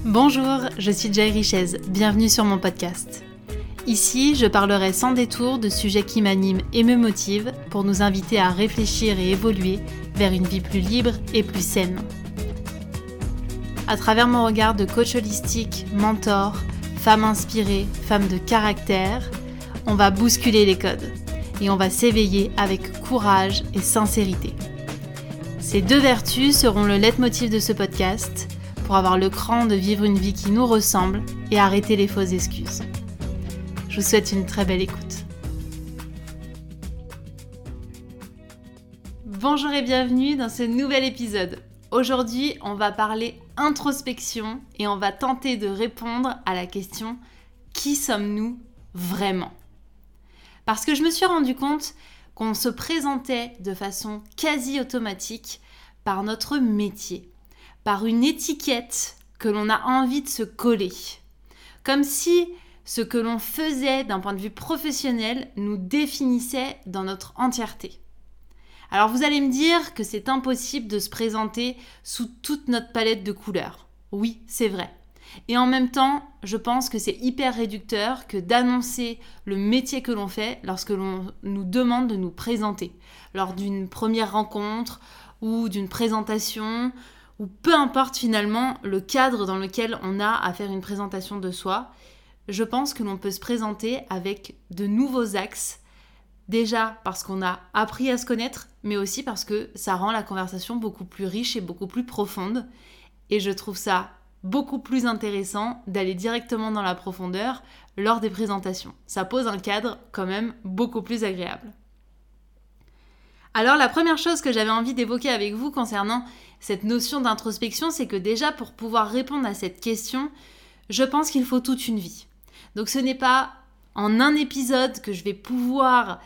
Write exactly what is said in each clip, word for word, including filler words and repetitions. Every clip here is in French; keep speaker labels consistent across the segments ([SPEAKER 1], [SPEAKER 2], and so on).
[SPEAKER 1] Bonjour, je suis Jay Richez, bienvenue sur mon podcast. Ici, je parlerai sans détour de sujets qui m'animent et me motivent pour nous inviter à réfléchir et évoluer vers une vie plus libre et plus saine. À travers mon regard de coach holistique, mentor, femme inspirée, femme de caractère, on va bousculer les codes et on va s'éveiller avec courage et sincérité. Ces deux vertus seront le leitmotiv de ce podcast pour avoir le cran de vivre une vie qui nous ressemble et arrêter les fausses excuses. Je vous souhaite une très belle écoute. Bonjour et bienvenue dans ce nouvel épisode. Aujourd'hui, on va parler introspection et on va tenter de répondre à la question « Qui sommes-nous vraiment ?» Parce que je me suis rendu compte qu'on se présentait de façon quasi automatique par notre métier, par une étiquette que l'on a envie de se coller. Comme si ce que l'on faisait d'un point de vue professionnel nous définissait dans notre entièreté. Alors vous allez me dire que c'est impossible de se présenter sous toute notre palette de couleurs. Oui, c'est vrai. Et en même temps, je pense que c'est hyper réducteur que d'annoncer le métier que l'on fait lorsque l'on nous demande de nous présenter, lors d'une première rencontre ou d'une présentation, ou peu importe finalement le cadre dans lequel on a à faire une présentation de soi. Je pense que l'on peut se présenter avec de nouveaux axes, déjà parce qu'on a appris à se connaître, mais aussi parce que ça rend la conversation beaucoup plus riche et beaucoup plus profonde. Et je trouve ça beaucoup plus intéressant d'aller directement dans la profondeur lors des présentations. Ça pose un cadre quand même beaucoup plus agréable. Alors la première chose que j'avais envie d'évoquer avec vous concernant cette notion d'introspection, c'est que déjà pour pouvoir répondre à cette question, je pense qu'il faut toute une vie. Donc ce n'est pas en un épisode que je vais pouvoir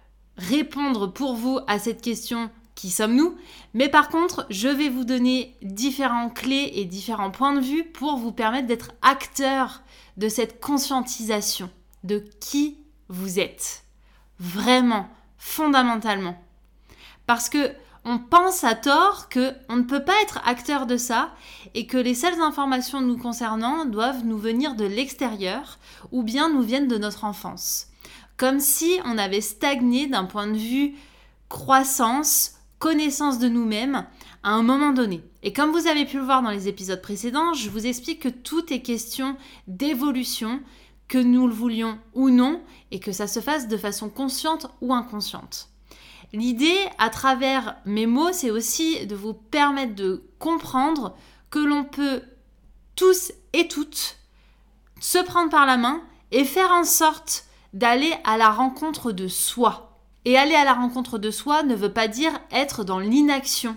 [SPEAKER 1] répondre pour vous à cette question « Qui sommes-nous ?» Mais par contre, je vais vous donner différentes clés et différents points de vue pour vous permettre d'être acteur de cette conscientisation de qui vous êtes. Vraiment, fondamentalement. Parce que on pense à tort qu'on ne peut pas être acteur de ça et que les seules informations nous concernant doivent nous venir de l'extérieur ou bien nous viennent de notre enfance. Comme si on avait stagné d'un point de vue croissance, connaissance de nous-mêmes à un moment donné. Et comme vous avez pu le voir dans les épisodes précédents, je vous explique que tout est question d'évolution, que nous le voulions ou non, et que ça se fasse de façon consciente ou inconsciente. L'idée, à travers mes mots, c'est aussi de vous permettre de comprendre que l'on peut tous et toutes se prendre par la main et faire en sorte d'aller à la rencontre de soi. Et aller à la rencontre de soi ne veut pas dire être dans l'inaction.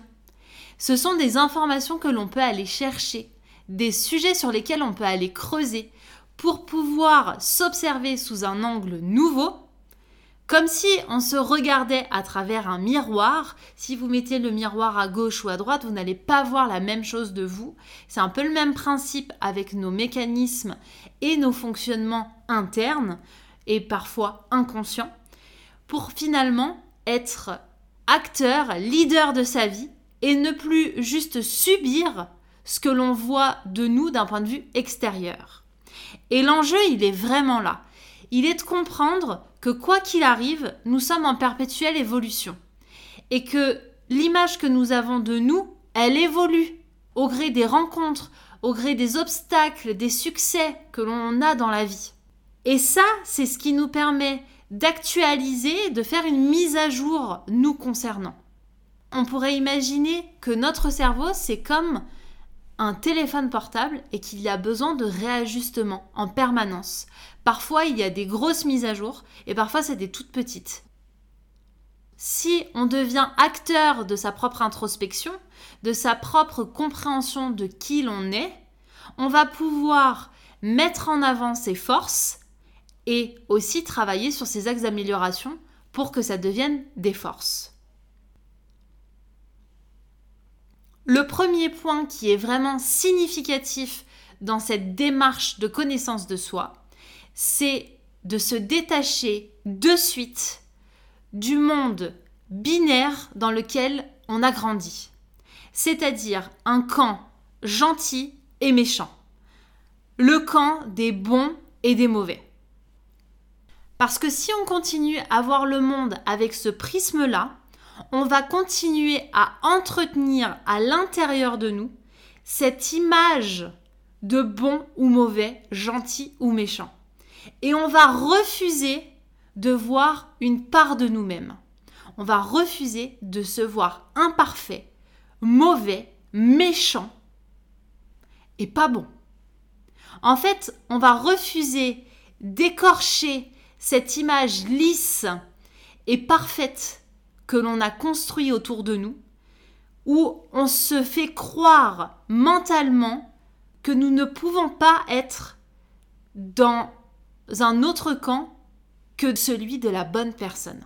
[SPEAKER 1] Ce sont des informations que l'on peut aller chercher, des sujets sur lesquels on peut aller creuser pour pouvoir s'observer sous un angle nouveau. Comme si on se regardait à travers un miroir. Si vous mettez le miroir à gauche ou à droite, vous n'allez pas voir la même chose de vous. C'est un peu le même principe avec nos mécanismes et nos fonctionnements internes et parfois inconscients pour finalement être acteur, leader de sa vie et ne plus juste subir ce que l'on voit de nous d'un point de vue extérieur. Et l'enjeu, il est vraiment là. Il est de comprendre que quoi qu'il arrive, nous sommes en perpétuelle évolution et que l'image que nous avons de nous, elle évolue au gré des rencontres, au gré des obstacles, des succès que l'on a dans la vie. Et ça, c'est ce qui nous permet d'actualiser, de faire une mise à jour nous concernant. On pourrait imaginer que notre cerveau, c'est comme un téléphone portable et qu'il y a besoin de réajustement en permanence. Parfois, il y a des grosses mises à jour et parfois, c'est des toutes petites. Si on devient acteur de sa propre introspection, de sa propre compréhension de qui l'on est, on va pouvoir mettre en avant ses forces et aussi travailler sur ses axes d'amélioration pour que ça devienne des forces. Le premier point qui est vraiment significatif dans cette démarche de connaissance de soi, c'est de se détacher de suite du monde binaire dans lequel on a grandi. C'est-à-dire un camp gentil et méchant. le camp des bons et des mauvais. Parce que si on continue à voir le monde avec ce prisme-là, on va continuer à entretenir à l'intérieur de nous cette image de bon ou mauvais, gentil ou méchant. Et on va refuser de voir une part de nous-mêmes. On va refuser de se voir imparfait, mauvais, méchant et pas bon. En fait, on va refuser d'écorcher cette image lisse et parfaite que l'on a construite autour de nous, où on se fait croire mentalement que nous ne pouvons pas être dans un autre camp que celui de la bonne personne.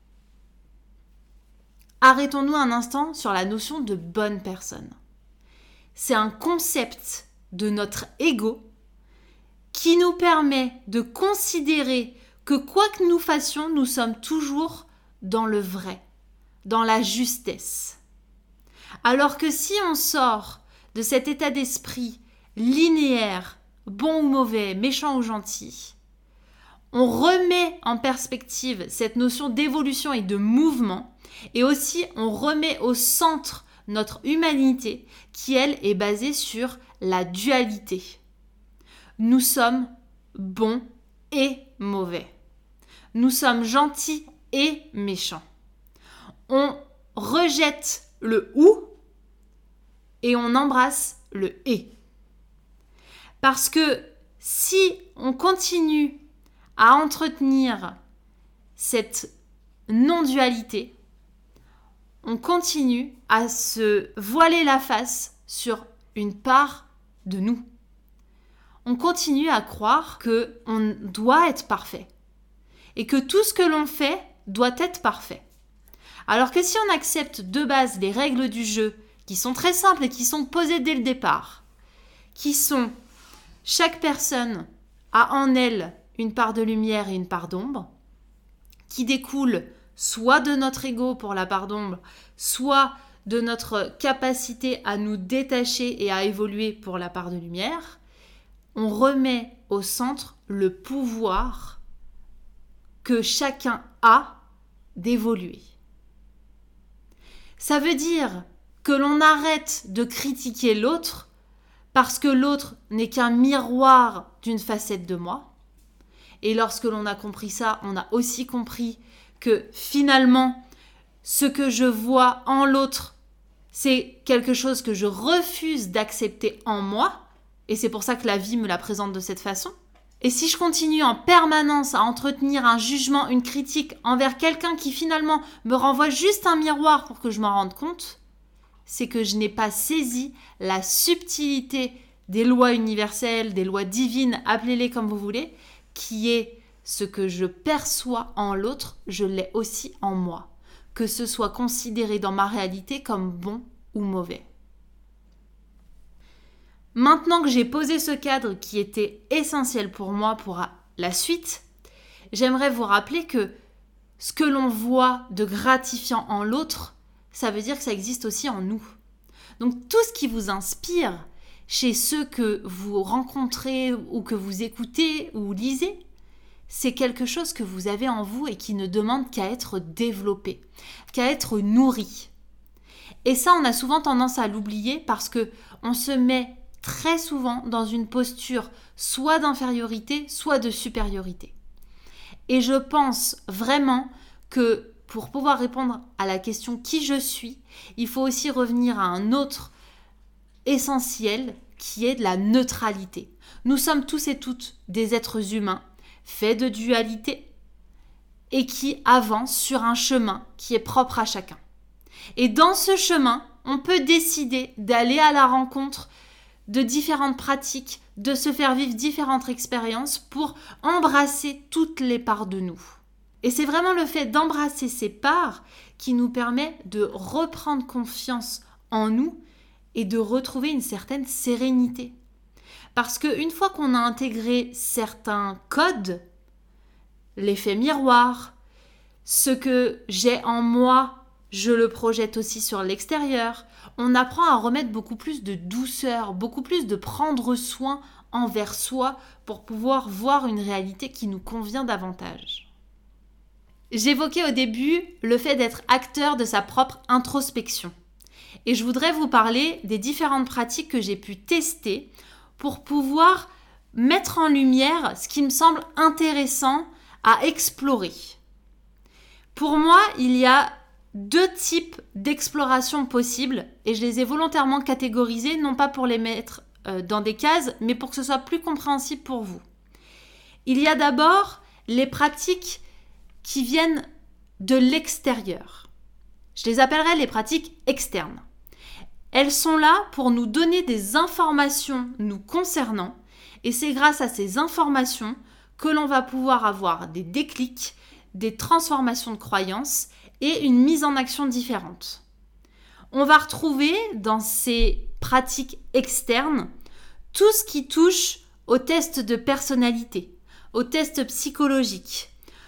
[SPEAKER 1] Arrêtons-nous un instant sur la notion de bonne personne. C'est un concept de notre ego qui nous permet de considérer que quoi que nous fassions, nous sommes toujours dans le vrai, dans la justesse. Alors que si on sort de cet état d'esprit linéaire, bon ou mauvais, méchant ou gentil, on remet en perspective cette notion d'évolution et de mouvement, et aussi on remet au centre notre humanité qui, elle, est basée sur la dualité. Nous sommes bons et mauvais. Nous sommes gentils et méchants. On rejette le ou et on embrasse le et. Parce que si on continue à entretenir cette non-dualité, on continue à se voiler la face sur une part de nous. On continue à croire qu'on doit être parfait et que tout ce que l'on fait doit être parfait. Alors que si on accepte de base les règles du jeu qui sont très simples et qui sont posées dès le départ, qui sont chaque personne a en elle une part de lumière et une part d'ombre, qui découlent soit de notre ego pour la part d'ombre, soit de notre capacité à nous détacher et à évoluer pour la part de lumière, on remet au centre le pouvoir que chacun a d'évoluer. Ça veut dire que l'on arrête de critiquer l'autre parce que l'autre n'est qu'un miroir d'une facette de moi. Et lorsque l'on a compris ça, on a aussi compris que finalement, ce que je vois en l'autre, c'est quelque chose que je refuse d'accepter en moi. Et c'est pour ça que la vie me la présente de cette façon. Et si je continue en permanence à entretenir un jugement, une critique envers quelqu'un qui finalement me renvoie juste un miroir pour que je m'en rende compte, c'est que je n'ai pas saisi la subtilité des lois universelles, des lois divines, appelez-les comme vous voulez, qui est ce que je perçois en l'autre, je l'ai aussi en moi. Que ce soit considéré dans ma réalité comme bon ou mauvais. Maintenant que j'ai posé ce cadre qui était essentiel pour moi pour la suite, j'aimerais vous rappeler que ce que l'on voit de gratifiant en l'autre, ça veut dire que ça existe aussi en nous. Donc tout ce qui vous inspire chez ceux que vous rencontrez ou que vous écoutez ou lisez, c'est quelque chose que vous avez en vous et qui ne demande qu'à être développé, qu'à être nourri. Et ça, on a souvent tendance à l'oublier parce qu'on se met très souvent dans une posture soit d'infériorité, soit de supériorité. Et je pense vraiment que pour pouvoir répondre à la question « qui je suis ?», il faut aussi revenir à un autre essentiel qui est de la neutralité. Nous sommes tous et toutes des êtres humains faits de dualité et qui avancent sur un chemin qui est propre à chacun. Et dans ce chemin, on peut décider d'aller à la rencontre de différentes pratiques, de se faire vivre différentes expériences pour embrasser toutes les parts de nous. Et c'est vraiment le fait d'embrasser ces parts qui nous permet de reprendre confiance en nous et de retrouver une certaine sérénité. Parce qu'une fois qu'on a intégré certains codes, l'effet miroir, ce que j'ai en moi, je le projette aussi sur l'extérieur, on apprend à remettre beaucoup plus de douceur, beaucoup plus de prendre soin envers soi pour pouvoir voir une réalité qui nous convient davantage. J'évoquais au début le fait d'être acteur de sa propre introspection. Et je voudrais vous parler des différentes pratiques que j'ai pu tester pour pouvoir mettre en lumière ce qui me semble intéressant à explorer. Pour moi, il y a deux types d'exploration possibles et je les ai volontairement catégorisés, non pas pour les mettre euh, dans des cases, mais pour que ce soit plus compréhensible pour vous. Il y a d'abord les pratiques qui viennent de l'extérieur. Je les appellerai les pratiques externes. Elles sont là pour nous donner des informations nous concernant et c'est grâce à ces informations que l'on va pouvoir avoir des déclics, des transformations de croyances et une mise en action différente. On va retrouver dans ces pratiques externes tout ce qui touche aux tests de personnalité, aux tests psychologiques,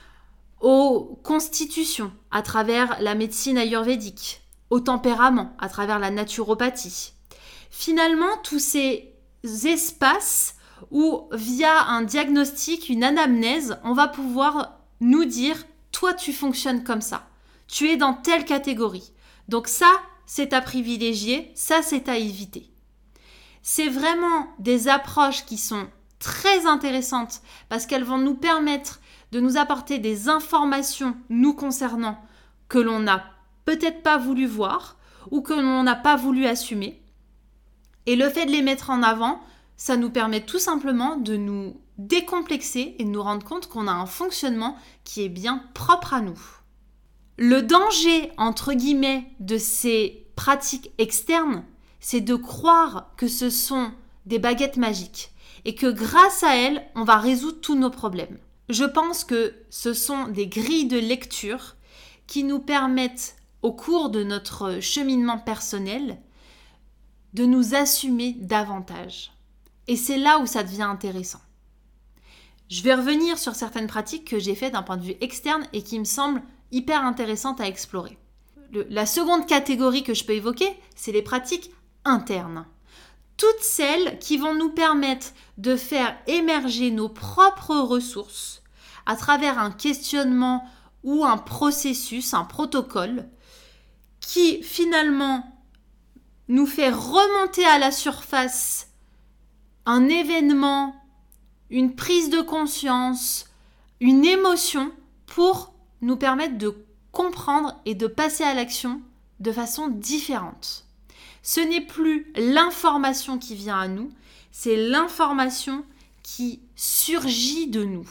[SPEAKER 1] aux constitutions à travers la médecine ayurvédique, au tempérament à travers la naturopathie. Finalement, tous ces espaces où, via un diagnostic, une anamnèse, on va pouvoir nous dire « toi, tu fonctionnes comme ça, tu es dans telle catégorie, donc ça, c'est à privilégier, ça, c'est à éviter ». C'est vraiment des approches qui sont très intéressantes parce qu'elles vont nous permettre de nous apporter des informations nous concernant que l'on n'a peut-être pas voulu voir ou que l'on n'a pas voulu assumer. Et le fait de les mettre en avant, ça nous permet tout simplement de nous décomplexer et de nous rendre compte qu'on a un fonctionnement qui est bien propre à nous. Le danger, entre guillemets, de ces pratiques externes, c'est de croire que ce sont des baguettes magiques et que grâce à elles, on va résoudre tous nos problèmes. Je pense que ce sont des grilles de lecture qui nous permettent, au cours de notre cheminement personnel, de nous assumer davantage. Et c'est là où ça devient intéressant. Je vais revenir sur certaines pratiques que j'ai faites d'un point de vue externe et qui me semblent hyper intéressantes à explorer. Le, la seconde catégorie que je peux évoquer, c'est les pratiques internes. Toutes celles qui vont nous permettre de faire émerger nos propres ressources à travers un questionnement ou un processus, un protocole, qui finalement nous fait remonter à la surface un événement, une prise de conscience, une émotion pour nous permettre de comprendre et de passer à l'action de façon différente. Ce n'est plus l'information qui vient à nous, c'est l'information qui surgit de nous.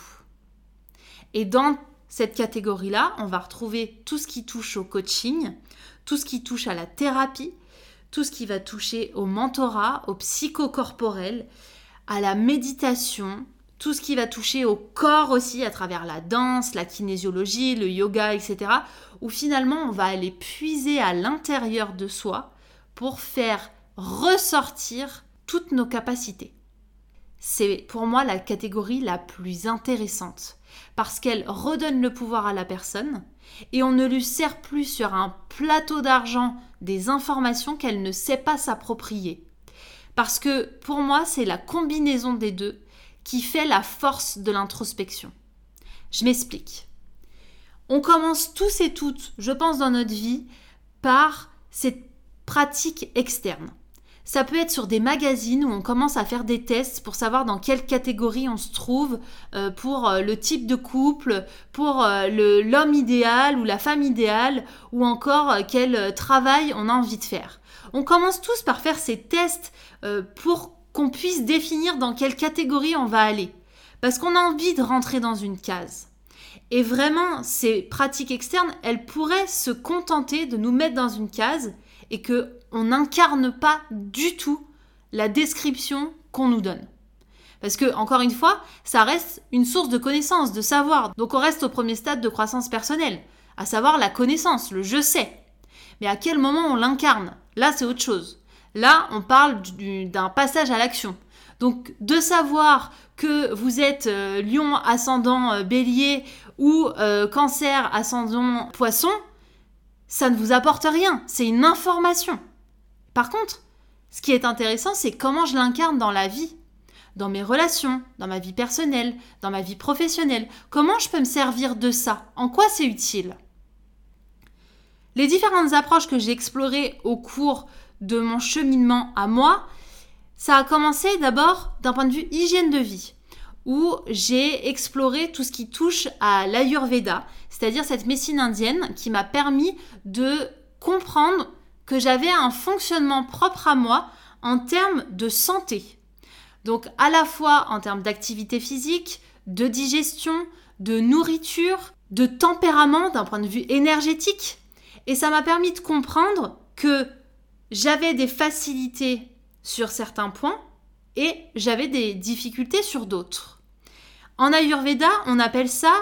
[SPEAKER 1] Et dans cette catégorie-là, on va retrouver tout ce qui touche au coaching, tout ce qui touche à la thérapie, tout ce qui va toucher au mentorat, au psychocorporel, à la méditation, tout ce qui va toucher au corps aussi à travers la danse, la kinésiologie, le yoga, et cetera, où finalement on va aller puiser à l'intérieur de soi pour faire ressortir toutes nos capacités. C'est pour moi la catégorie la plus intéressante parce qu'elle redonne le pouvoir à la personne et on ne lui sert plus sur un plateau d'argent des informations qu'elle ne sait pas s'approprier. Parce que pour moi, c'est la combinaison des deux qui fait la force de l'introspection. Je m'explique. On commence tous et toutes, je pense dans notre vie, par cette pratique externe. Ça peut être sur des magazines où on commence à faire des tests pour savoir dans quelle catégorie on se trouve, euh, pour euh, le type de couple, pour euh, le, l'homme idéal ou la femme idéale, ou encore euh, quel euh, travail on a envie de faire. On commence tous par faire ces tests euh, pour qu'on puisse définir dans quelle catégorie on va aller. Parce qu'on a envie de rentrer dans une case. Et vraiment, ces pratiques externes, elles pourraient se contenter de nous mettre dans une case et qu'on n'incarne pas du tout la description qu'on nous donne. Parce que, encore une fois, ça reste une source de connaissance, de savoir. Donc on reste au premier stade de croissance personnelle, à savoir la connaissance, le « je sais ». Mais à quel moment on l'incarne ? Là, c'est autre chose. Là, on parle du, d'un passage à l'action. Donc, de savoir que vous êtes euh, lion ascendant euh, bélier ou euh, cancer ascendant poisson, ça ne vous apporte rien. C'est une information. Par contre, ce qui est intéressant, c'est comment je l'incarne dans la vie. dans mes relations, dans ma vie personnelle, dans ma vie professionnelle. Comment je peux me servir de ça? En quoi c'est utile? Les différentes approches que j'ai explorées au cours de mon cheminement à moi, ça a commencé d'abord d'un point de vue hygiène de vie, où j'ai exploré tout ce qui touche à l'Ayurveda, c'est-à-dire cette médecine indienne qui m'a permis de comprendre que j'avais un fonctionnement propre à moi en termes de santé. Donc à la fois en termes d'activité physique, de digestion, de nourriture, de tempérament d'un point de vue énergétique. Et ça m'a permis de comprendre que j'avais des facilités sur certains points et j'avais des difficultés sur d'autres. En Ayurveda, on appelle ça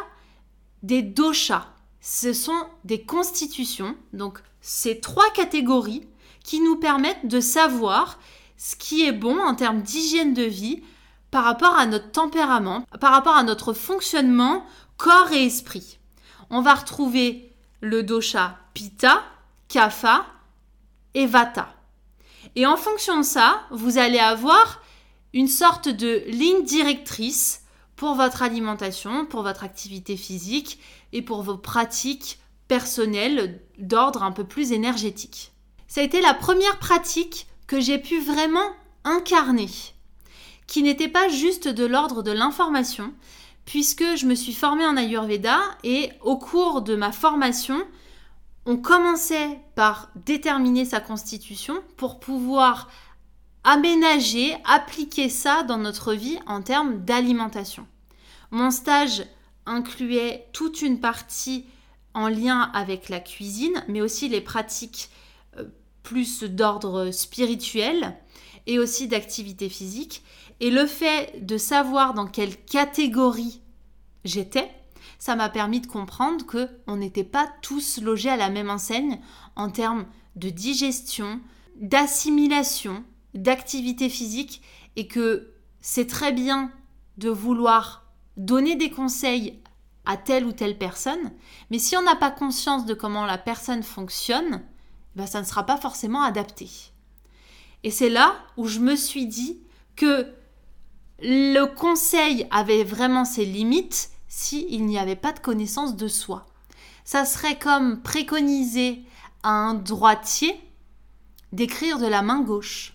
[SPEAKER 1] des doshas. Ce sont des constitutions, donc ces trois catégories qui nous permettent de savoir ce qui est bon en termes d'hygiène de vie par rapport à notre tempérament, par rapport à notre fonctionnement corps et esprit. On va retrouver le dosha Pitta, Kapha et Vata. Et en fonction de ça, vous allez avoir une sorte de ligne directrice pour votre alimentation, pour votre activité physique et pour vos pratiques personnelles d'ordre un peu plus énergétique. Ça a été la première pratique que j'ai pu vraiment incarner, qui n'était pas juste de l'ordre de l'information, puisque je me suis formée en Ayurveda et au cours de ma formation, on commençait par déterminer sa constitution pour pouvoir aménager, appliquer ça dans notre vie en termes d'alimentation. Mon stage incluait toute une partie en lien avec la cuisine, mais aussi les pratiques euh, plus d'ordre spirituel et aussi d'activité physique. Et le fait de savoir dans quelle catégorie j'étais, ça m'a permis de comprendre qu'on n'était pas tous logés à la même enseigne en termes de digestion, d'assimilation, d'activité physique et que c'est très bien de vouloir donner des conseils à telle ou telle personne, mais si on n'a pas conscience de comment la personne fonctionne, ben ça ne sera pas forcément adapté. Et c'est là où je me suis dit que le conseil avait vraiment ses limites s'il n'y avait pas de connaissance de soi. Ça serait comme préconiser à un droitier d'écrire de la main gauche.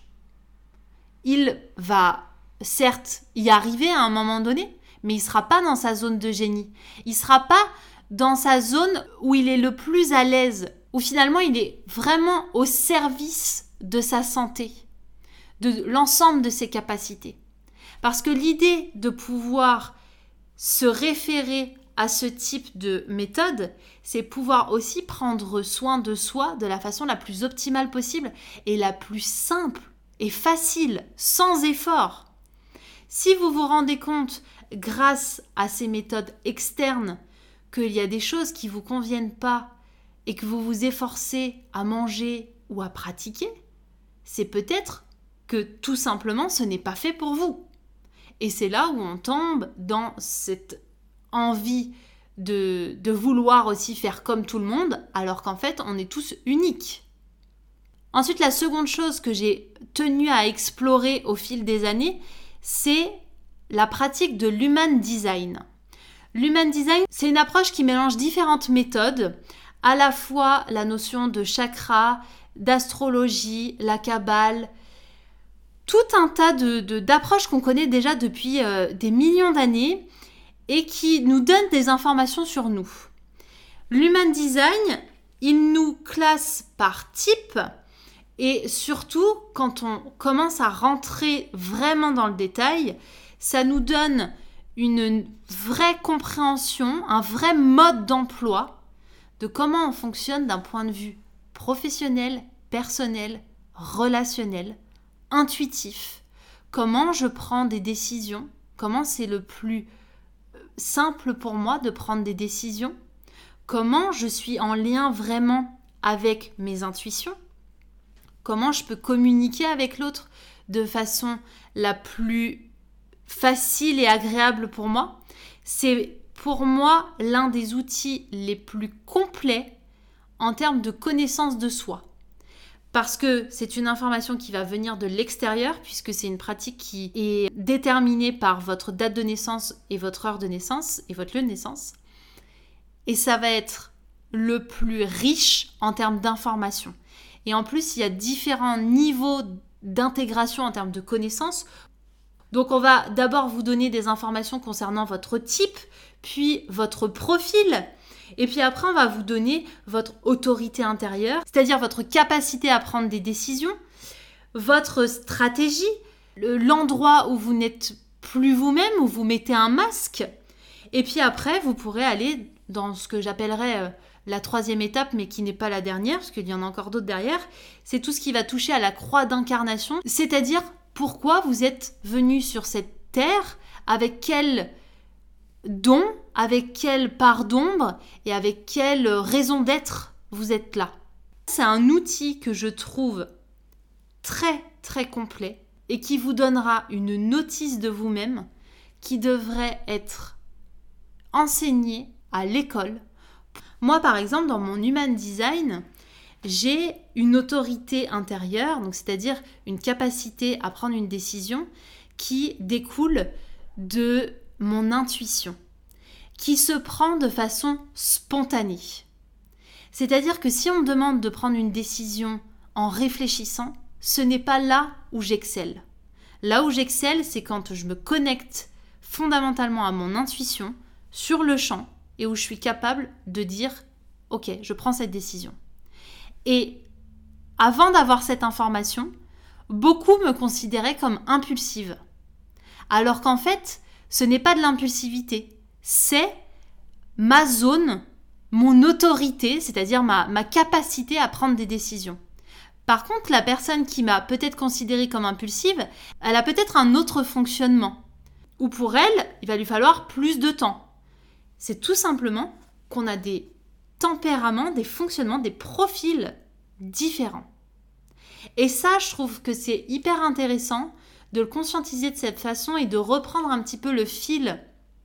[SPEAKER 1] Il va certes y arriver à un moment donné, mais il ne sera pas dans sa zone de génie. Il ne sera pas dans sa zone où il est le plus à l'aise, où finalement il est vraiment au service de sa santé, de l'ensemble de ses capacités. Parce que l'idée de pouvoir se référer à ce type de méthode, c'est pouvoir aussi prendre soin de soi de la façon la plus optimale possible et la plus simple et facile, sans effort. Si vous vous rendez compte, grâce à ces méthodes externes, qu'il y a des choses qui ne vous conviennent pas et que vous vous efforcez à manger ou à pratiquer, c'est peut-être que tout simplement ce n'est pas fait pour vous. Et c'est là où on tombe dans cette envie de, de vouloir aussi faire comme tout le monde, alors qu'en fait, on est tous uniques. Ensuite, la seconde chose que j'ai tenu à explorer au fil des années, c'est la pratique de l'Human Design. L'Human Design, c'est une approche qui mélange différentes méthodes, à la fois la notion de chakra, d'astrologie, la kabbale, tout un tas de, de, d'approches qu'on connaît déjà depuis euh, des millions d'années et qui nous donnent des informations sur nous. L'Human Design, il nous classe par type et surtout, quand on commence à rentrer vraiment dans le détail, ça nous donne une vraie compréhension, un vrai mode d'emploi de comment on fonctionne d'un point de vue professionnel, personnel, relationnel, intuitif, comment je prends des décisions, comment c'est le plus simple pour moi de prendre des décisions, comment je suis en lien vraiment avec mes intuitions, comment je peux communiquer avec l'autre de façon la plus facile et agréable pour moi. C'est pour moi l'un des outils les plus complets en termes de connaissance de soi. parce que c'est une information qui va venir de l'extérieur, puisque c'est une pratique qui est déterminée par votre date de naissance et votre heure de naissance et votre lieu de naissance. Et ça va être le plus riche en termes d'informations. Et en plus, il y a différents niveaux d'intégration en termes de connaissances. Donc, on va d'abord vous donner des informations concernant votre type, puis votre profil. Et puis après, on va vous donner votre autorité intérieure, c'est-à-dire votre capacité à prendre des décisions, votre stratégie, l'endroit où vous n'êtes plus vous-même, où vous mettez un masque. Et puis après, vous pourrez aller dans ce que j'appellerais la troisième étape, mais qui n'est pas la dernière, parce qu'il y en a encore d'autres derrière. C'est tout ce qui va toucher à la croix d'incarnation, c'est-à-dire pourquoi vous êtes venu sur cette terre, avec quel don, avec quelle part d'ombre et avec quelle raison d'être vous êtes là. C'est un outil que je trouve très très complet et qui vous donnera une notice de vous-même qui devrait être enseignée à l'école. Moi par exemple dans mon Human Design, j'ai une autorité intérieure, donc c'est-à-dire une capacité à prendre une décision qui découle de mon intuition, qui se prend de façon spontanée. C'est-à-dire que si on me demande de prendre une décision en réfléchissant, ce n'est pas là où j'excelle. Là où j'excelle, c'est quand je me connecte fondamentalement à mon intuition, sur le champ, et où je suis capable de dire « Ok, je prends cette décision ». Et avant d'avoir cette information, beaucoup me considéraient comme impulsive. Alors qu'en fait, ce n'est pas de l'impulsivité, c'est ma zone, mon autorité, c'est-à-dire ma, ma capacité à prendre des décisions. Par contre, la personne qui m'a peut-être considérée comme impulsive, elle a peut-être un autre fonctionnement. Ou pour elle, il va lui falloir plus de temps. C'est tout simplement qu'on a des tempéraments, des fonctionnements, des profils différents. Et ça, je trouve que c'est hyper intéressant de le conscientiser de cette façon et de reprendre un petit peu le fil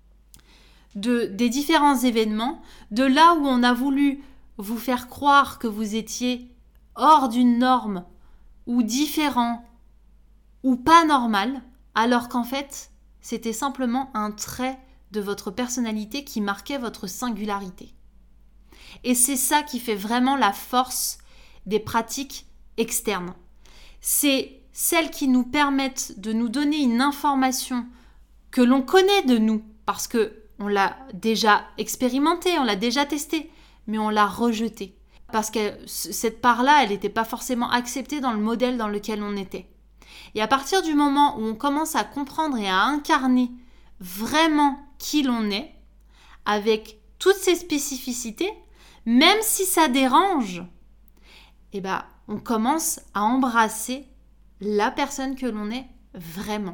[SPEAKER 1] de, des différents événements, de là où on a voulu vous faire croire que vous étiez hors d'une norme ou différent ou pas normal, alors qu'en fait, c'était simplement un trait de votre personnalité qui marquait votre singularité. Et c'est ça qui fait vraiment la force des pratiques externes. C'est celles qui nous permettent de nous donner une information que l'on connaît de nous, parce qu'on l'a déjà expérimenté, on l'a déjà testé, mais on l'a rejetée. Parce que cette part-là, elle n'était pas forcément acceptée dans le modèle dans lequel on était. Et à partir du moment où on commence à comprendre et à incarner vraiment qui l'on est, avec toutes ses spécificités, même si ça dérange, eh ben, on commence à embrasser la personne que l'on est vraiment.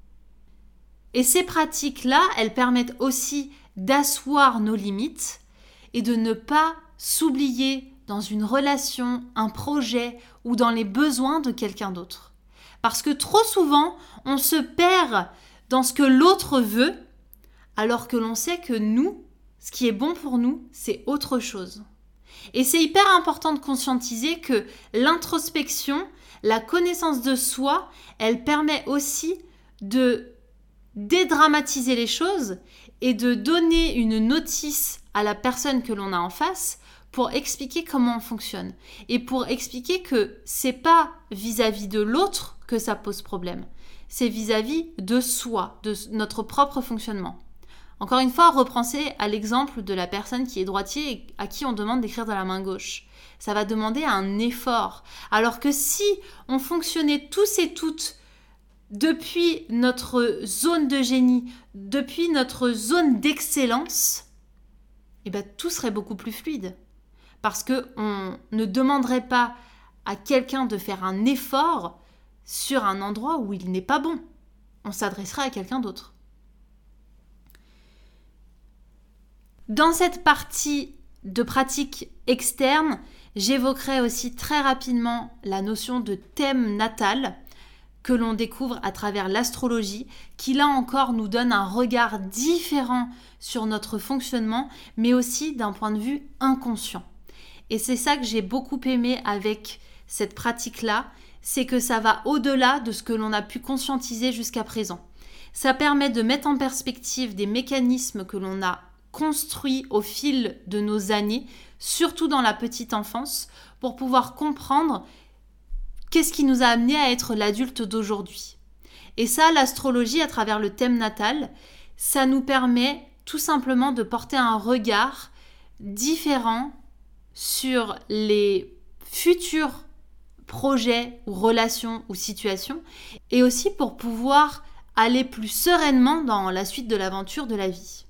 [SPEAKER 1] Et ces pratiques-là, elles permettent aussi d'asseoir nos limites et de ne pas s'oublier dans une relation, un projet ou dans les besoins de quelqu'un d'autre. Parce que trop souvent, on se perd dans ce que l'autre veut, alors que l'on sait que nous, ce qui est bon pour nous, c'est autre chose. Et c'est hyper important de conscientiser que l'introspection, la connaissance de soi, elle permet aussi de dédramatiser les choses et de donner une notice à la personne que l'on a en face pour expliquer comment on fonctionne et pour expliquer que c'est pas vis-à-vis de l'autre que ça pose problème, c'est vis-à-vis de soi, de notre propre fonctionnement. Encore une fois, repensez à l'exemple de la personne qui est droitier et à qui on demande d'écrire de la main gauche. Ça va demander un effort. Alors que si on fonctionnait tous et toutes depuis notre zone de génie, depuis notre zone d'excellence, eh ben, tout serait beaucoup plus fluide. Parce qu'on ne demanderait pas à quelqu'un de faire un effort sur un endroit où il n'est pas bon. On s'adresserait à quelqu'un d'autre. Dans cette partie de pratique externe, j'évoquerai aussi très rapidement la notion de thème natal que l'on découvre à travers l'astrologie, qui là encore nous donne un regard différent sur notre fonctionnement, mais aussi d'un point de vue inconscient. Et c'est ça que j'ai beaucoup aimé avec cette pratique-là, c'est que ça va au-delà de ce que l'on a pu conscientiser jusqu'à présent. Ça permet de mettre en perspective des mécanismes que l'on a construits au fil de nos années, surtout dans la petite enfance, pour pouvoir comprendre qu'est-ce qui nous a amené à être l'adulte d'aujourd'hui. Et ça, l'astrologie, à travers le thème natal, ça nous permet tout simplement de porter un regard différent sur les futurs projets ou relations ou situations, et aussi pour pouvoir aller plus sereinement dans la suite de l'aventure de la vie.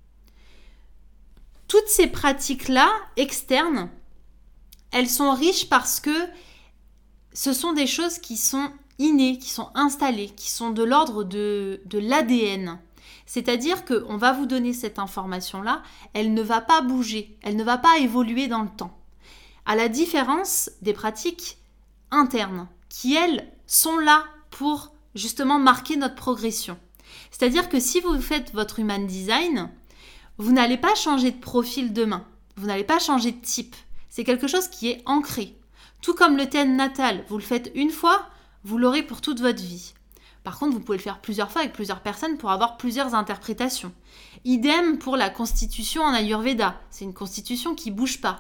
[SPEAKER 1] Toutes ces pratiques-là, externes, elles sont riches parce que ce sont des choses qui sont innées, qui sont installées, qui sont de l'ordre de, de l'A D N. C'est-à-dire qu'on va vous donner cette information-là, elle ne va pas bouger, elle ne va pas évoluer dans le temps. À la différence des pratiques internes, qui elles sont là pour justement marquer notre progression. C'est-à-dire que si vous faites votre Human Design, vous n'allez pas changer de profil demain, vous n'allez pas changer de type. C'est quelque chose qui est ancré. Tout comme le thème natal, vous le faites une fois, vous l'aurez pour toute votre vie. Par contre, vous pouvez le faire plusieurs fois avec plusieurs personnes pour avoir plusieurs interprétations. Idem pour la constitution en Ayurveda. C'est une constitution qui ne bouge pas.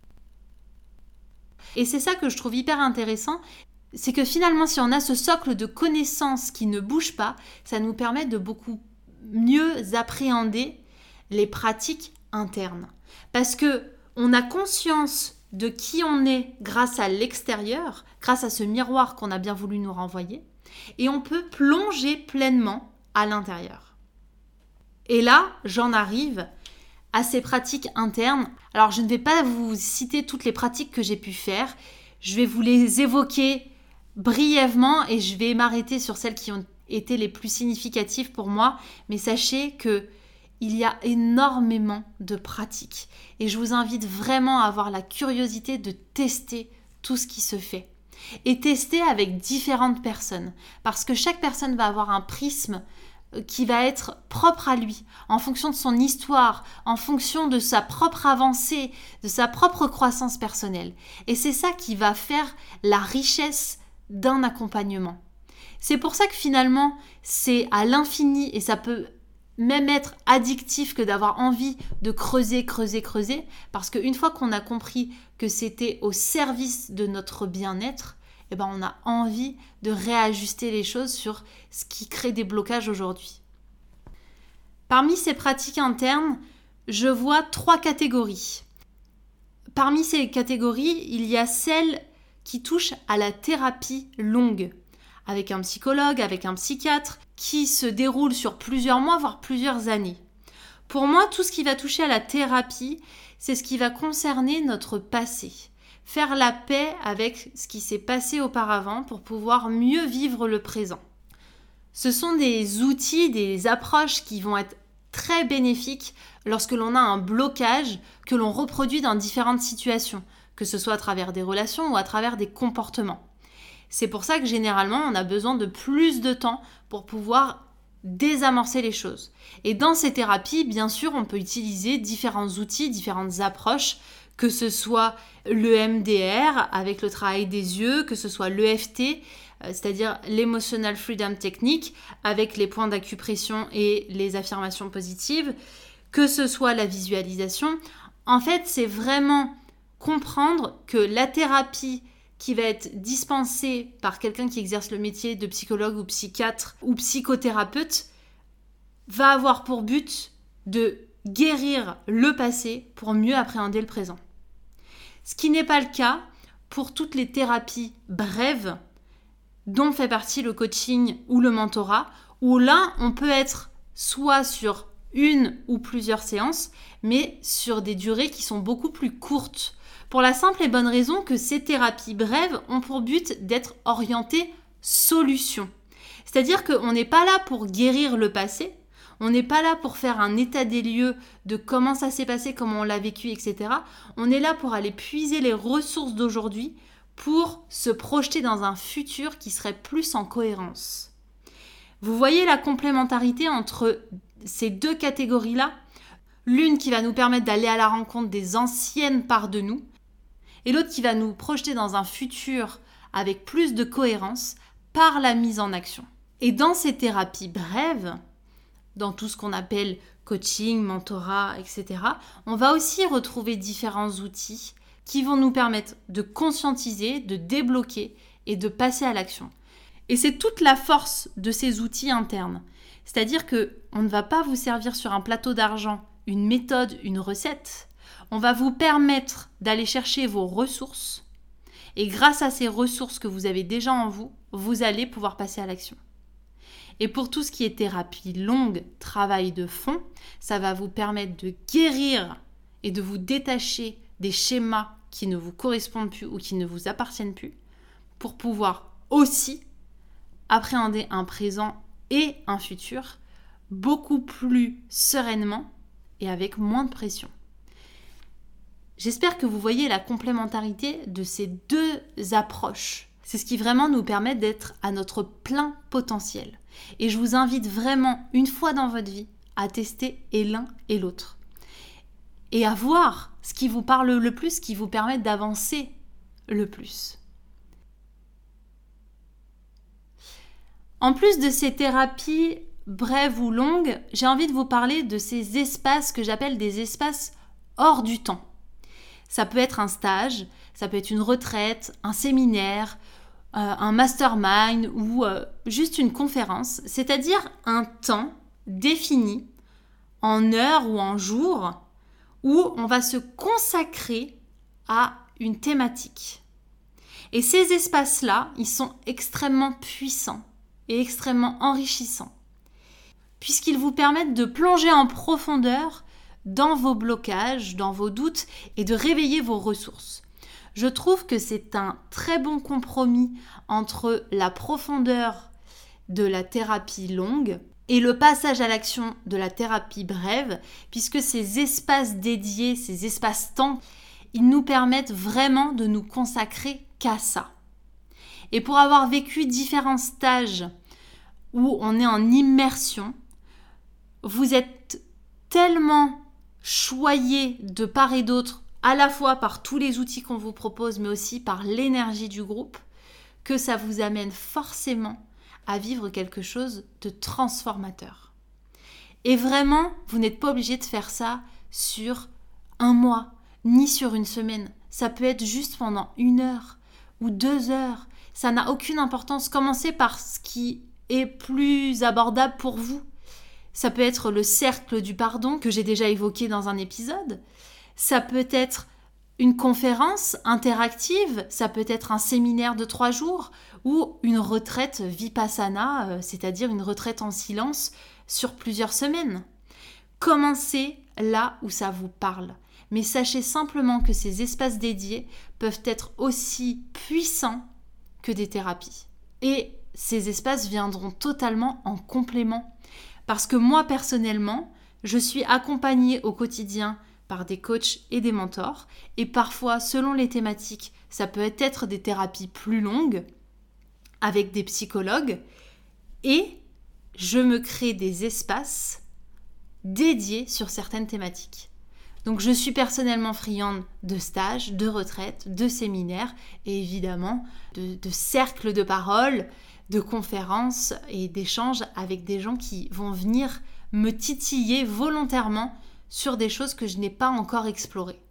[SPEAKER 1] Et c'est ça que je trouve hyper intéressant, c'est que finalement, si on a ce socle de connaissances qui ne bouge pas, ça nous permet de beaucoup mieux appréhender les pratiques internes. Parce que on a conscience de qui on est grâce à l'extérieur, grâce à ce miroir qu'on a bien voulu nous renvoyer, et on peut plonger pleinement à l'intérieur. Et là, j'en arrive à ces pratiques internes. Alors, je ne vais pas vous citer toutes les pratiques que j'ai pu faire, je vais vous les évoquer brièvement et je vais m'arrêter sur celles qui ont été les plus significatives pour moi, mais sachez que il y a énormément de pratiques et je vous invite vraiment à avoir la curiosité de tester tout ce qui se fait et tester avec différentes personnes parce que chaque personne va avoir un prisme qui va être propre à lui, en fonction de son histoire, en fonction de sa propre avancée, de sa propre croissance personnelle. Et c'est ça qui va faire la richesse d'un accompagnement. C'est pour ça que finalement, c'est à l'infini et ça peut même être addictif que d'avoir envie de creuser, creuser, creuser, parce qu'une fois qu'on a compris que c'était au service de notre bien-être, eh ben on a envie de réajuster les choses sur ce qui crée des blocages aujourd'hui. Parmi ces pratiques internes, je vois trois catégories. Parmi ces catégories, il y a celles qui touchent à la thérapie longue, avec un psychologue, avec un psychiatre, qui se déroule sur plusieurs mois, voire plusieurs années. Pour moi, tout ce qui va toucher à la thérapie, c'est ce qui va concerner notre passé. Faire la paix avec ce qui s'est passé auparavant pour pouvoir mieux vivre le présent. Ce sont des outils, des approches qui vont être très bénéfiques lorsque l'on a un blocage que l'on reproduit dans différentes situations, que ce soit à travers des relations ou à travers des comportements. C'est pour ça que généralement, on a besoin de plus de temps pour pouvoir désamorcer les choses. Et dans ces thérapies, bien sûr, on peut utiliser différents outils, différentes approches, que ce soit l'E M D R avec le travail des yeux, que ce soit l'E F T, c'est-à-dire l'Emotional Freedom Technique avec les points d'acupression et les affirmations positives, que ce soit la visualisation. En fait, c'est vraiment comprendre que la thérapie qui va être dispensée par quelqu'un qui exerce le métier de psychologue ou psychiatre ou psychothérapeute va avoir pour but de guérir le passé pour mieux appréhender le présent. Ce qui n'est pas le cas pour toutes les thérapies brèves dont fait partie le coaching ou le mentorat, où là, on peut être soit sur une ou plusieurs séances, mais sur des durées qui sont beaucoup plus courtes. Pour la simple et bonne raison que ces thérapies brèves ont pour but d'être orientées solution. C'est-à-dire qu'on n'est pas là pour guérir le passé, on n'est pas là pour faire un état des lieux de comment ça s'est passé, comment on l'a vécu, et cetera. On est là pour aller puiser les ressources d'aujourd'hui pour se projeter dans un futur qui serait plus en cohérence. Vous voyez la complémentarité entre ces deux catégories-là ? L'une qui va nous permettre d'aller à la rencontre des anciennes parts de nous et l'autre qui va nous projeter dans un futur avec plus de cohérence par la mise en action. Et dans ces thérapies brèves, dans tout ce qu'on appelle coaching, mentorat, et cetera, on va aussi retrouver différents outils qui vont nous permettre de conscientiser, de débloquer et de passer à l'action. Et c'est toute la force de ces outils internes. C'est-à-dire qu'on ne va pas vous servir sur un plateau d'argent une méthode, une recette. On va vous permettre d'aller chercher vos ressources. Et grâce à ces ressources que vous avez déjà en vous, vous allez pouvoir passer à l'action. Et pour tout ce qui est thérapie longue, travail de fond, ça va vous permettre de guérir et de vous détacher des schémas qui ne vous correspondent plus ou qui ne vous appartiennent plus pour pouvoir aussi appréhender un présent et un futur beaucoup plus sereinement et avec moins de pression. J'espère que vous voyez la complémentarité de ces deux approches. C'est ce qui vraiment nous permet d'être à notre plein potentiel. Et je vous invite vraiment, une fois dans votre vie, à tester et l'un et l'autre. Et à voir ce qui vous parle le plus, ce qui vous permet d'avancer le plus. En plus de ces thérapies brèves ou longues, j'ai envie de vous parler de ces espaces que j'appelle des espaces hors du temps. Ça peut être un stage, ça peut être une retraite, un séminaire, euh, un mastermind ou euh, juste une conférence, c'est-à-dire un temps défini en heures ou en jours où on va se consacrer à une thématique. Et ces espaces-là, ils sont extrêmement puissants et extrêmement enrichissants, puisqu'ils vous permettent de plonger en profondeur dans vos blocages, dans vos doutes et de réveiller vos ressources. Je trouve que c'est un très bon compromis entre la profondeur de la thérapie longue et le passage à l'action de la thérapie brève, puisque ces espaces dédiés, ces espaces-temps, ils nous permettent vraiment de nous consacrer qu'à ça. Et pour avoir vécu différents stages où on est en immersion, vous êtes tellement choyé de part et d'autre, à la fois par tous les outils qu'on vous propose, mais aussi par l'énergie du groupe, que ça vous amène forcément à vivre quelque chose de transformateur. Et vraiment, vous n'êtes pas obligé de faire ça sur un mois, ni sur une semaine. Ça peut être juste pendant une heure ou deux heures. Ça n'a aucune importance. Commencez par ce qui est plus abordable pour vous. Ça peut être le cercle du pardon que j'ai déjà évoqué dans un épisode. Ça peut être une conférence interactive, ça peut être un séminaire de trois jours ou une retraite vipassana, c'est-à-dire une retraite en silence sur plusieurs semaines. Commencez là où ça vous parle. Mais sachez simplement que ces espaces dédiés peuvent être aussi puissants que des thérapies. Et ces espaces viendront totalement en complément. Parce que moi, personnellement, je suis accompagnée au quotidien par des coachs et des mentors. Et parfois, selon les thématiques, ça peut être des thérapies plus longues avec des psychologues. Et je me crée des espaces dédiés sur certaines thématiques. Donc, je suis personnellement friande de stages, de retraites, de séminaires et évidemment de, de cercles de parole, de conférences et d'échanges avec des gens qui vont venir me titiller volontairement sur des choses que je n'ai pas encore explorées.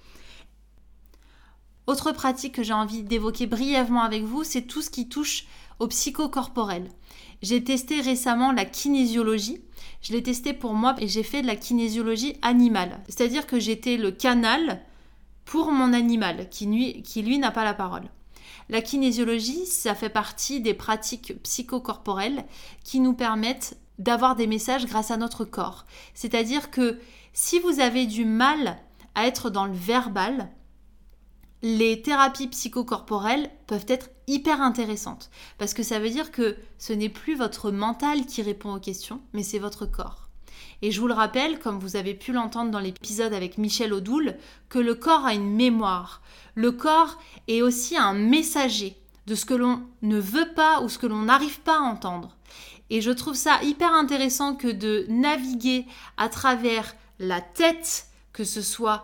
[SPEAKER 1] Autre pratique que j'ai envie d'évoquer brièvement avec vous, c'est tout ce qui touche au psychocorporel. J'ai testé récemment la kinésiologie. Je l'ai testé pour moi et j'ai fait de la kinésiologie animale. C'est-à-dire que j'étais le canal pour mon animal qui lui, qui lui n'a pas la parole. La kinésiologie, ça fait partie des pratiques psychocorporelles qui nous permettent d'avoir des messages grâce à notre corps. C'est-à-dire que si vous avez du mal à être dans le verbal, les thérapies psychocorporelles peuvent être hyper intéressantes parce que ça veut dire que ce n'est plus votre mental qui répond aux questions, mais c'est votre corps. Et je vous le rappelle, comme vous avez pu l'entendre dans l'épisode avec Michel Odoul, que le corps a une mémoire. Le corps est aussi un messager de ce que l'on ne veut pas ou ce que l'on n'arrive pas à entendre. Et je trouve ça hyper intéressant que de naviguer à travers la tête, que ce soit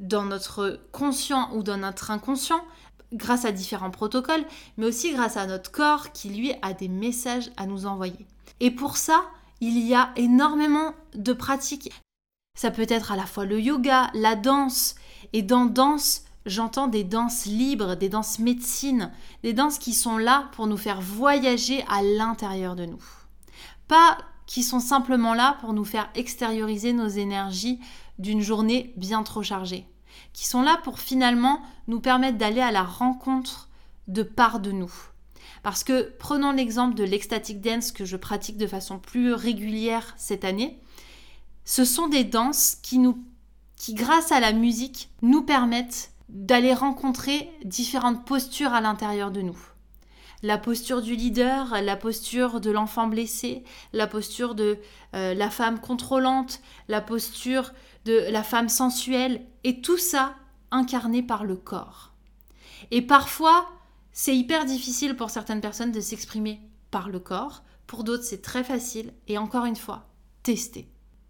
[SPEAKER 1] dans notre conscient ou dans notre inconscient, grâce à différents protocoles, mais aussi grâce à notre corps qui, lui, a des messages à nous envoyer. Et pour ça, il y a énormément de pratiques. Ça peut être à la fois le yoga, la danse. Et dans danse, j'entends des danses libres, des danses médecine, des danses qui sont là pour nous faire voyager à l'intérieur de nous. Pas qui sont simplement là pour nous faire extérioriser nos énergies d'une journée bien trop chargée. Qui sont là pour finalement nous permettre d'aller à la rencontre de parts de nous. Parce que prenons l'exemple de l'ecstatic dance que je pratique de façon plus régulière cette année. Ce sont des danses qui, nous, qui grâce à la musique, nous permettent d'aller rencontrer différentes postures à l'intérieur de nous. La posture du leader, la posture de l'enfant blessé, la posture de euh, la femme contrôlante, la posture de la femme sensuelle, et tout ça incarné par le corps. Et parfois, c'est hyper difficile pour certaines personnes de s'exprimer par le corps, pour d'autres c'est très facile, et encore une fois, testez.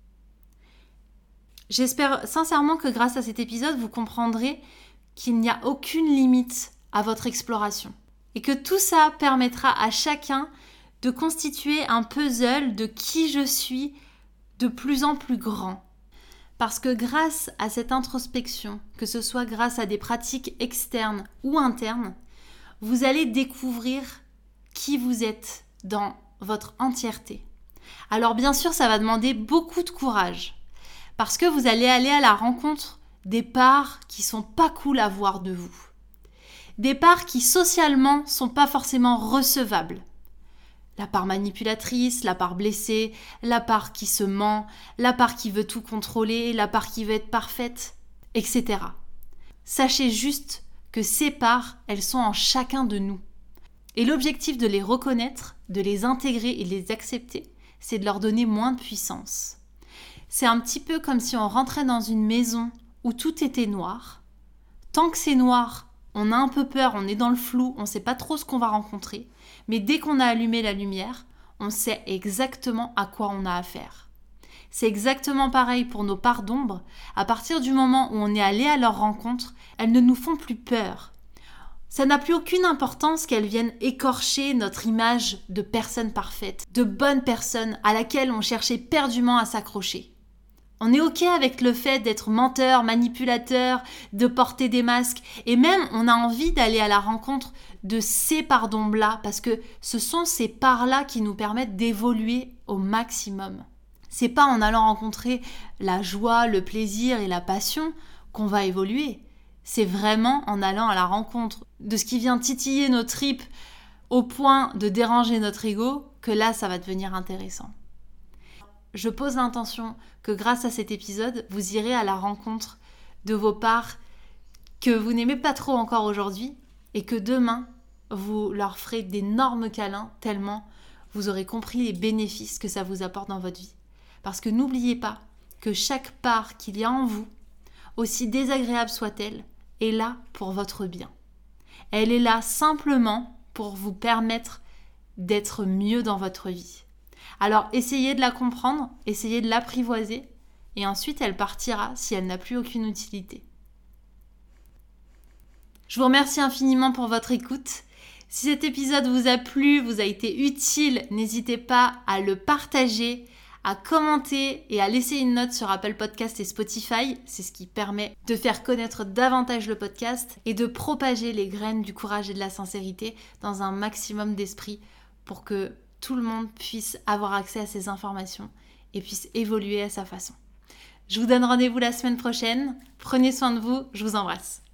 [SPEAKER 1] J'espère sincèrement que grâce à cet épisode, vous comprendrez qu'il n'y a aucune limite à votre exploration. Et que tout ça permettra à chacun de constituer un puzzle de qui je suis de plus en plus grand. Parce que grâce à cette introspection, que ce soit grâce à des pratiques externes ou internes, vous allez découvrir qui vous êtes dans votre entièreté. Alors bien sûr, ça va demander beaucoup de courage. Parce que vous allez aller à la rencontre des parts qui sont pas cool à voir de vous. Des parts qui socialement sont pas forcément recevables. La part manipulatrice, la part blessée, la part qui se ment, la part qui veut tout contrôler, la part qui veut être parfaite, et cetera. Sachez juste que ces parts, elles sont en chacun de nous. Et l'objectif de les reconnaître, de les intégrer et de les accepter, c'est de leur donner moins de puissance. C'est un petit peu comme si on rentrait dans une maison où tout était noir. Tant que c'est noir, on a un peu peur, on est dans le flou, on ne sait pas trop ce qu'on va rencontrer. Mais dès qu'on a allumé la lumière, on sait exactement à quoi on a affaire. C'est exactement pareil pour nos parts d'ombre. À partir du moment où on est allé à leur rencontre, elles ne nous font plus peur. Ça n'a plus aucune importance qu'elles viennent écorcher notre image de personne parfaite, de bonne personne à laquelle on cherchait perdument à s'accrocher. On est ok avec le fait d'être menteur, manipulateur, de porter des masques, et même on a envie d'aller à la rencontre de ces parts d'ombre-là, parce que ce sont ces parts-là qui nous permettent d'évoluer au maximum. C'est pas en allant rencontrer la joie, le plaisir et la passion qu'on va évoluer. C'est vraiment en allant à la rencontre de ce qui vient titiller nos tripes au point de déranger notre ego que là, ça va devenir intéressant. Je pose l'intention que grâce à cet épisode, vous irez à la rencontre de vos parts que vous n'aimez pas trop encore aujourd'hui et que demain, vous leur ferez d'énormes câlins tellement vous aurez compris les bénéfices que ça vous apporte dans votre vie. Parce que n'oubliez pas que chaque part qu'il y a en vous, aussi désagréable soit-elle, est là pour votre bien. Elle est là simplement pour vous permettre d'être mieux dans votre vie. Alors essayez de la comprendre, essayez de l'apprivoiser et ensuite elle partira si elle n'a plus aucune utilité. Je vous remercie infiniment pour votre écoute. Si cet épisode vous a plu, vous a été utile, n'hésitez pas à le partager, à commenter et à laisser une note sur Apple Podcast et Spotify. C'est ce qui permet de faire connaître davantage le podcast et de propager les graines du courage et de la sincérité dans un maximum d'esprit pour que tout le monde puisse avoir accès à ces informations et puisse évoluer à sa façon. Je vous donne rendez-vous la semaine prochaine. Prenez soin de vous, je vous embrasse.